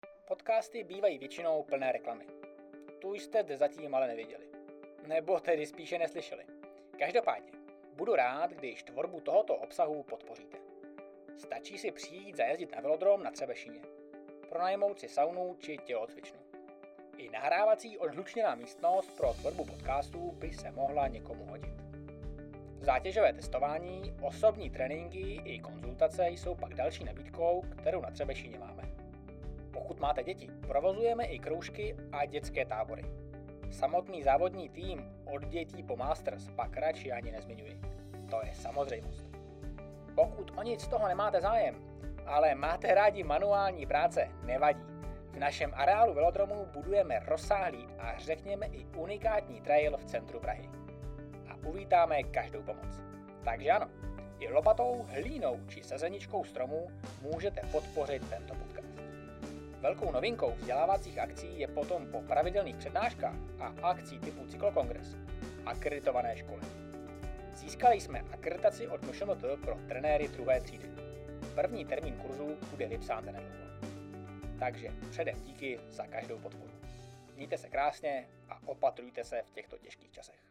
Podcasty bývají většinou plné reklamy. Tu jste zatím ale neviděli. Nebo tedy spíše neslyšeli. Každopádně, budu rád, když tvorbu tohoto obsahu podpoříte. Stačí si přijít zajezdit na velodrom na Třebešině, pronajmout si saunu či tělocvičnu. I nahrávací odhlučněná místnost pro tvorbu podcastů by se mohla někomu hodit. Zátěžové testování, osobní tréninky i konzultace jsou pak další nabídkou, kterou na Třebešině máme. Pokud máte děti, provozujeme i kroužky a dětské tábory. Samotný závodní tým od dětí po Masters pak radši ani nezmiňuji. To je samozřejmost. Pokud o nic z toho nemáte zájem, ale máte rádi manuální práce, nevadí. V našem areálu velodromu budujeme rozsáhlý a řekněme i unikátní trail v centru Prahy. A uvítáme každou pomoc. Takže ano, i lopatou, hlínou či sezeničkou stromů můžete podpořit tento podcast. Velkou novinkou vzdělávacích akcí je potom po pravidelných přednáškách a akcí typu Cyklokongres akreditované školy. Získali jsme akreditaci od MŠMT pro trenéry 2. třídy. První termín kurzu bude vypsán zanedlouho. Takže předem díky za každou podporu. Mějte se krásně a opatrujte se v těchto těžkých časech.